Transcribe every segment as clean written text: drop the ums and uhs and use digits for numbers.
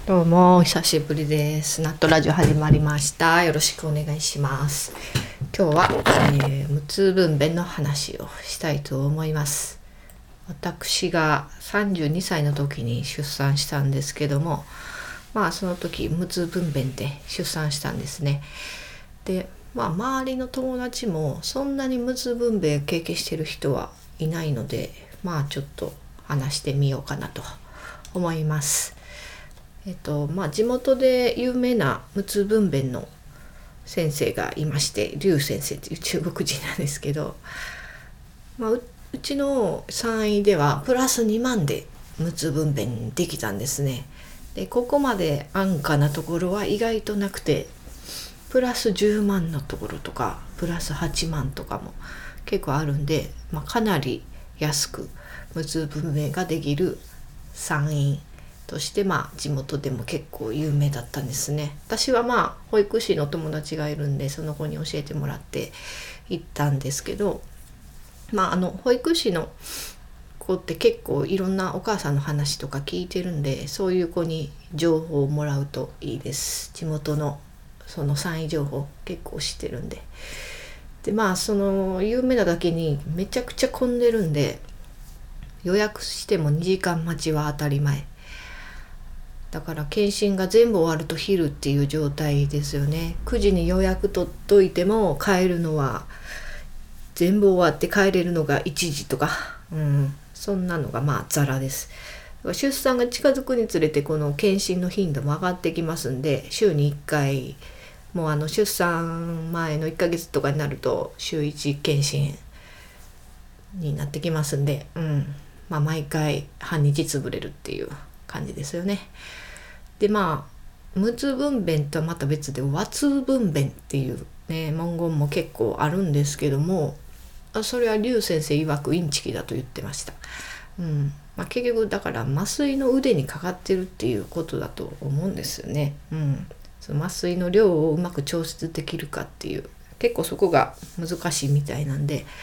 どうもお久しぶりです。ナットラジオ始まりました。よろしくお願いします。今日は、無痛分娩の話をしたいと思います。私が32歳の時に出産したんですけども、その時無痛分娩で出産したんですね。で、周りの友達もそんなに無痛分娩経験してる人はいないので、ちょっと話してみようかなと思います。地元で有名な無痛分娩の先生がいまして、劉先生という中国人なんですけど、うちの産院ではプラス2万で無痛分娩できたんですね。でここまで安価なところは意外となくて、プラス10万のところとかプラス8万とかも結構あるんで、かなり安く無痛分娩ができる産院として、地元でも結構有名だったんですね。私は保育士の友達がいるんで、その子に教えてもらって行ったんですけど、保育士の子って結構いろんなお母さんの話とか聞いてるんで、そういう子に情報をもらうといいです。地元のその産院情報結構知ってるんで。でその有名なだけにめちゃくちゃ混んでるんで、予約しても2時間待ちは当たり前だから、検診が全部終わると昼っていう状態ですよね。9時に予約取っといても帰るのは全部終わって帰れるのが1時とか、そんなのがザラです。出産が近づくにつれてこの検診の頻度も上がってきますんで、週に1回、もう出産前の1ヶ月とかになると週1検診になってきますんで、毎回半日潰れるっていう感じですよね。で無痛分娩とはまた別で和痛分娩っていうね文言も結構あるんですけども、それは劉先生曰くインチキだと言ってました。結局だから麻酔の腕にかかってるっていうことだと思うんですよね。その麻酔の量をうまく調節できるかっていう、結構そこが難しいみたいなんで、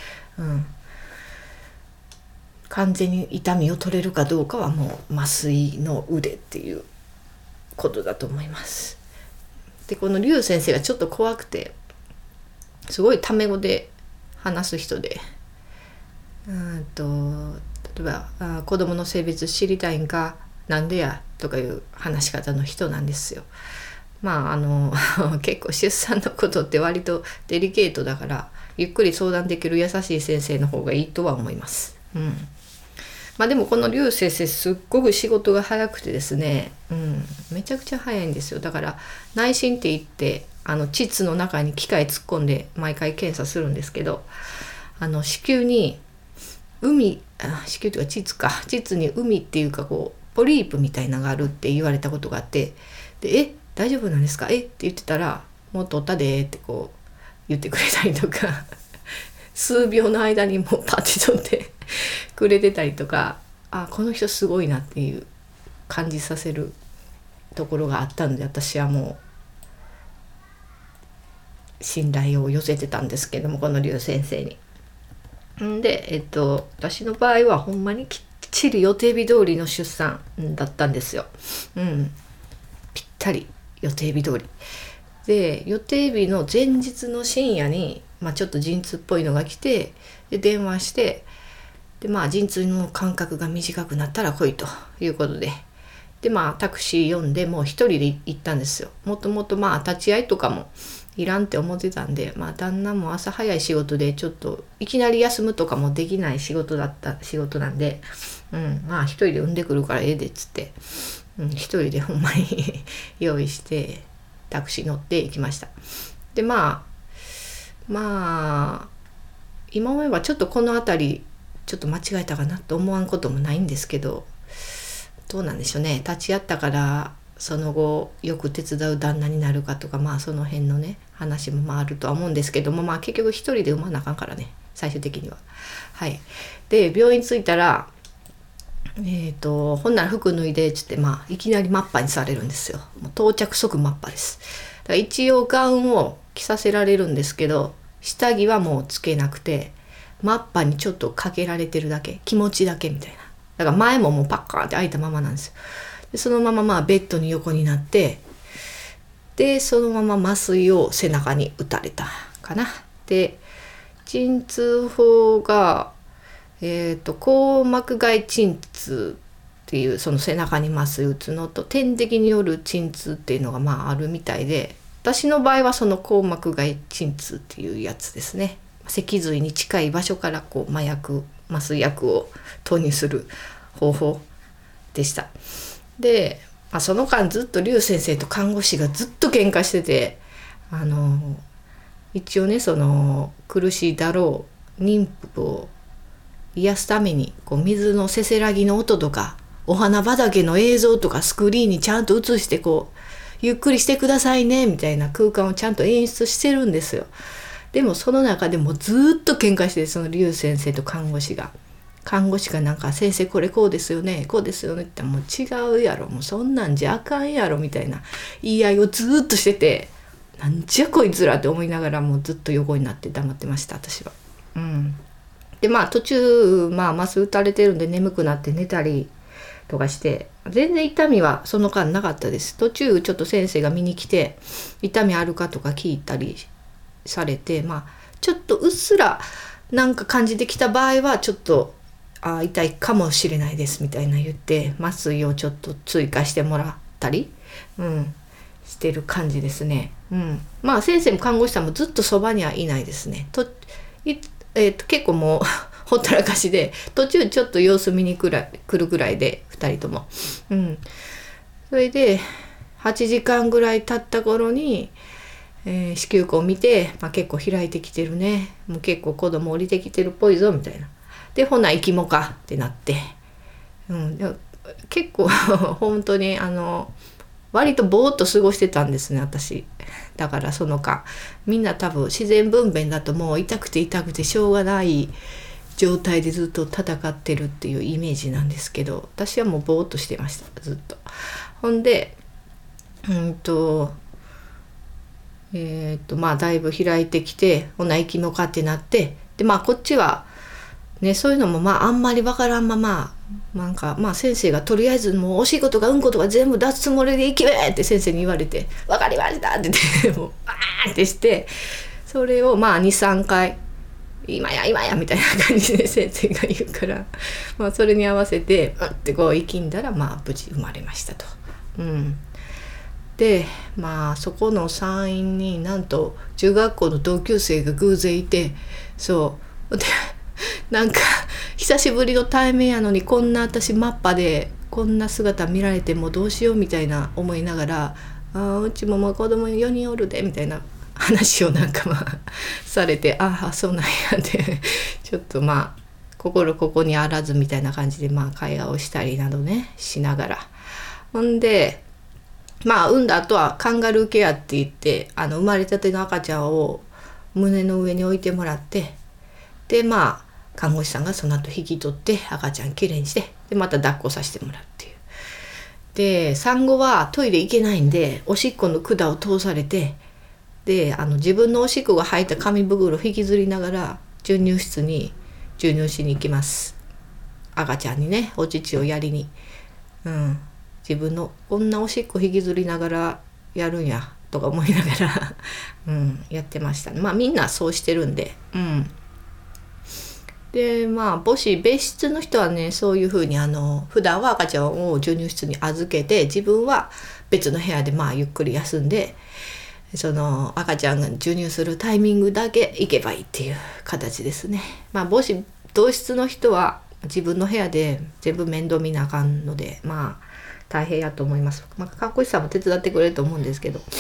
完全に痛みを取れるかどうかはもう麻酔の腕っていうことだと思います。でこの劉先生がちょっと怖くて、すごいタメ語で話す人で、例えば子供の性別知りたいんかなんでやとかいう話し方の人なんですよ。結構出産のことって割とデリケートだから、ゆっくり相談できる優しい先生の方がいいとは思います。でもこの劉先生すっごく仕事が早くてですね、めちゃくちゃ早いんですよ。だから内診って言って膣の中に機械突っ込んで毎回検査するんですけど、子宮に子宮というか膣に海っていうかポリープみたいなのがあるって言われたことがあって、で大丈夫なんですかって言ってたら、もう取ったでって言ってくれたりとか数秒の間にもうパッて取ってくれてたりとか、この人すごいなっていう感じさせるところがあったので、私はもう信頼を寄せてたんですけども、この劉先生に。で私の場合はほんまにきっちり予定日通りの出産だったんですよ。ぴったり予定日通りで、予定日の前日の深夜に、ちょっと陣痛っぽいのが来て、で電話して、で陣痛の間隔が短くなったら来いということで、タクシー呼んでもう一人で行ったんですよ。もともと立ち会いとかもいらんって思ってたんで、旦那も朝早い仕事でちょっといきなり休むとかもできない仕事なんで、一人で産んでくるからええでっつって、一人でほんまに用意してタクシー乗って行きました。で今思えばちょっとこの辺りちょっと間違えたかなと思わんこともないんですけど、どうなんでしょうね。立ち会ったからその後よく手伝う旦那になるかとか、その辺のね話もあるとは思うんですけども、結局一人で産まなあかんからね、最終的には。で病院着いたら、ほんなら服脱いでっつって、いきなりマッパにされるんですよ。もう到着即マッパです。だから一応ガウンを着させられるんですけど、下着はもうつけなくて、マッパにちょっとかけられてるだけ、気持ちだけみたいな。だから前ももうパッカーンって開いたままなんですよ。 でそのまままあベッドに横になって、でそのまま麻酔を背中に打たれたかな。で鎮痛法が、硬膜外鎮痛っていうその背中に麻酔打つのと点滴による鎮痛っていうのがまああるみたいで、私の場合はその硬膜外鎮痛っていうやつですね。脊髄に近い場所からこう麻酔薬を投入する方法でした。で、その間ずっと劉先生と看護師がずっと喧嘩してて、一応ねその苦しいだろう妊婦を癒すためにこう水のせせらぎの音とかお花畑の映像とかスクリーンにちゃんと映してこうゆっくりしてくださいねみたいな空間をちゃんと演出してるんですよ。でもその中でもずっと喧嘩して、その劉先生と看護師がなんか先生これこうですよねこうですよねってもう違うやろもうそんなんじゃあかんやろみたいな言い合いをずっとしてて、なんじゃこいつらって思いながらもうずっと横になって黙ってました私は。で途中麻酔打たれてるんで眠くなって寝たりとかして全然痛みはその間なかったです。途中ちょっと先生が見に来て痛みあるかとか聞いたりされて、ちょっとうっすらなんか感じてきた場合はちょっと痛いかもしれないですみたいな言って麻酔をちょっと追加してもらったり、してる感じですね。先生も看護師さんもずっとそばにはいないですね。結構もうほったらかしで途中ちょっと様子見に来るぐらいで2人とも。それで8時間ぐらい経った頃に、子宮口を見て、結構開いてきてるねもう結構子供降りてきてるっぽいぞみたいな。でほな息もかってなって、結構本当に割とぼーっと過ごしてたんですね私。だからその間みんな多分自然分娩だともう痛くてしょうがない状態でずっと戦ってるっていうイメージなんですけど、私はもうぼーっとしてましたずっと。ほんでだいぶ開いてきてほな息もかってなって、でこっちはねそういうのもあんまりわからんままなんか先生がとりあえずもうおしいことかうんことか全部出すつもりでいけって先生に言われて「分かりました」って言ってもうバーンってして、それを2,3回今やみたいな感じで先生が言うから、それに合わせてってこう生きんだら無事生まれましたと。でそこの産院になんと中学校の同級生が偶然いて、そうでなんか久しぶりの対面やのにこんな私マッパでこんな姿見られてもどうしようみたいな思いながらうちももう子供4人おるでみたいな話をされてそうなんやってちょっと心ここにあらずみたいな感じで会話をしたりなどねしながら、ほんで産んだ後はカンガルーケアって言って生まれたての赤ちゃんを胸の上に置いてもらって、で看護師さんがその後引き取って赤ちゃんきれいにして、でまた抱っこさせてもらうっていう。で産後はトイレ行けないんでおしっこの管を通されて、で自分のおしっこが入った紙袋を引きずりながら授乳室に授乳しに行きます。赤ちゃんにねお乳をやりに。自分のこんなおしっこ引きずりながらやるんやとか思いながらやってましたね。みんなそうしてるんで。で母子別室の人はねそういうふうに普段は赤ちゃんを授乳室に預けて自分は別の部屋でゆっくり休んで、その赤ちゃんが授乳するタイミングだけ行けばいいっていう形ですね。母子同室の人は自分の部屋で全部面倒見なあかんので大変やと思います。看護師さんも手伝ってくれると思うんですけど、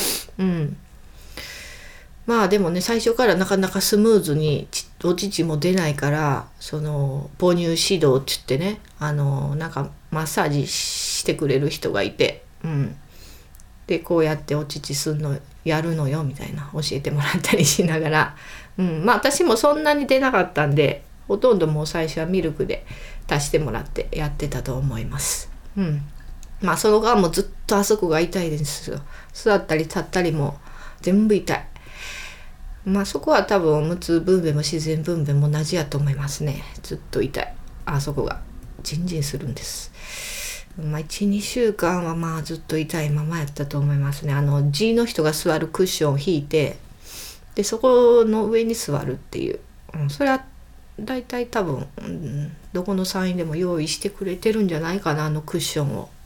でもね最初からなかなかスムーズにお乳も出ないから、その母乳指導って言ってねなんかマッサージしてくれる人がいて、でこうやってお乳すんのやるのよみたいな教えてもらったりしながら、私もそんなに出なかったんでほとんどもう最初はミルクで足してもらってやってたと思います。その間もずっとあそこが痛いですよ。座ったり立ったりも全部痛い。そこは多分無痛分娩も自然分娩も同じやと思いますね。ずっと痛い。あそこがジンジンするんです。 1、2週間はまあずっと痛いままやったと思いますね。G の人が座るクッションを引いて、でそこの上に座るっていう、それは大体多分、どこの産院でも用意してくれてるんじゃないかな、クッションを。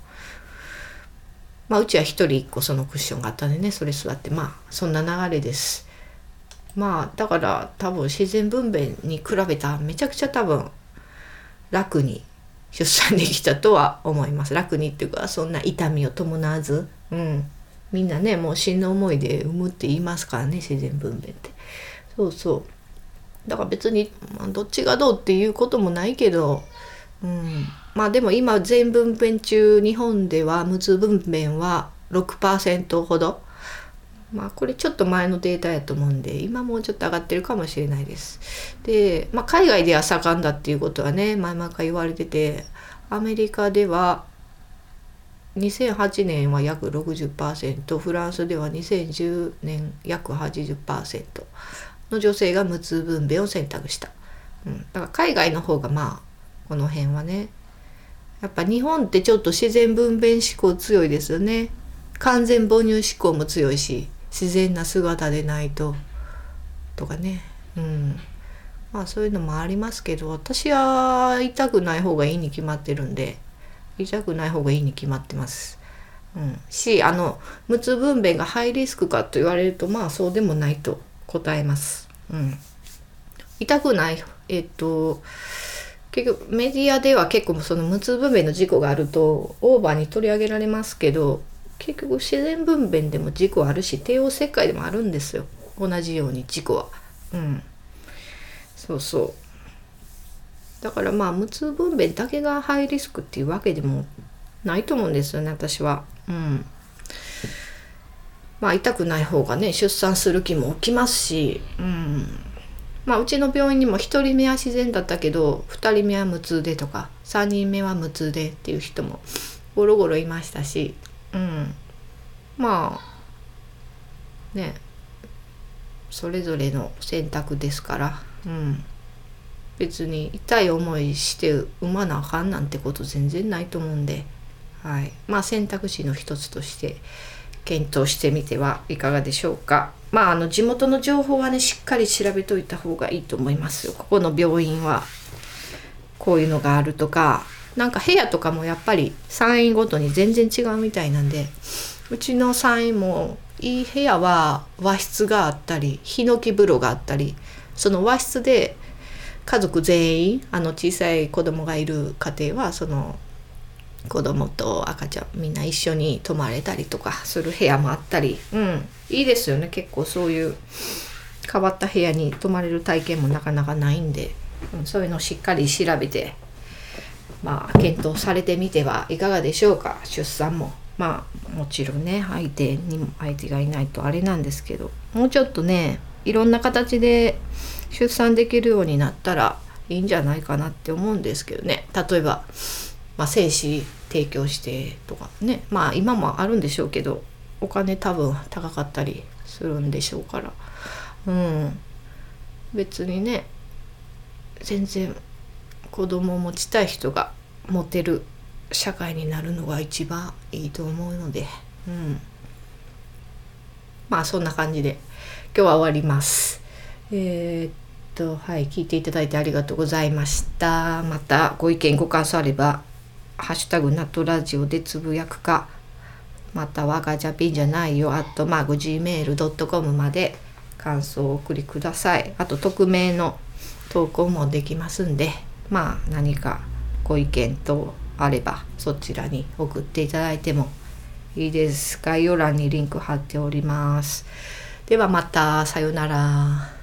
うちは一人一個そのクッションがあったんでね、それ座って、そんな流れです。だから多分自然分娩に比べたらめちゃくちゃ多分楽に出産できたとは思います。楽にっていうか、そんな痛みを伴わず、みんなね、もう死ぬ思いで産むって言いますからね、自然分娩って。だから別にどっちがどうっていうこともないけど、でも今全分娩中、日本では無痛分娩は 6% ほど、これちょっと前のデータやと思うんで、今もうちょっと上がってるかもしれないです。で、海外では盛んだっていうことはね、前々から言われてて、アメリカでは2008年は約 60%、フランスでは2010年約 80% の女性が無痛分娩を選択した。だから海外の方がこの辺はね、やっぱ日本ってちょっと自然分娩志向強いですよね。完全母乳志向も強いし、自然な姿でないととかね、そういうのもありますけど、私は痛くない方がいいに決まってるんで、痛くない方がいいに決まってます。無痛分娩がハイリスクかと言われるとそうでもないと答えます。痛くない、結局メディアでは結構その無痛分娩の事故があるとオーバーに取り上げられますけど、結局自然分娩でも事故あるし、帝王切開でもあるんですよ、同じように事故は。だから無痛分娩だけがハイリスクっていうわけでもないと思うんですよね、私は。痛くない方がね、出産する気も起きますし、うちの病院にも1人目は自然だったけど2人目は無痛でとか3人目は無痛でっていう人もゴロゴロいましたし、それぞれの選択ですから、別に痛い思いして産まなあかんなんてこと全然ないと思うんで、選択肢の一つとして検討してみてはいかがでしょうか。地元の情報はね、しっかり調べといた方がいいと思いますよ。ここの病院はこういうのがあるとか、なんか部屋とかもやっぱり産院ごとに全然違うみたいなんで、うちの産院もいい部屋は和室があったり、ヒノキ風呂があったり、その和室で家族全員、小さい子供がいる家庭はその子供と赤ちゃんみんな一緒に泊まれたりとかする部屋もあったり、いいですよね。結構そういう変わった部屋に泊まれる体験もなかなかないんで、そういうのをしっかり調べて検討されてみてはいかがでしょうか。出産ももちろんね、相手がいないとあれなんですけど、もうちょっとね、いろんな形で出産できるようになったらいいんじゃないかなって思うんですけどね。例えば精子提供してとかね、今もあるんでしょうけど、お金多分高かったりするんでしょうから、別にね、全然子供を持ちたい人が持てる社会になるのが一番いいと思うので、そんな感じで今日は終わります。聞いていただいてありがとうございました。またご意見ご感想あればハッシュタグナットラジオでつぶやくか、またはガチャピンじゃないよ@gmail.com まで感想をお送りください。あと匿名の投稿もできますんで、何かご意見等あればそちらに送っていただいてもいいです。概要欄にリンク貼っております。ではまた、さようなら。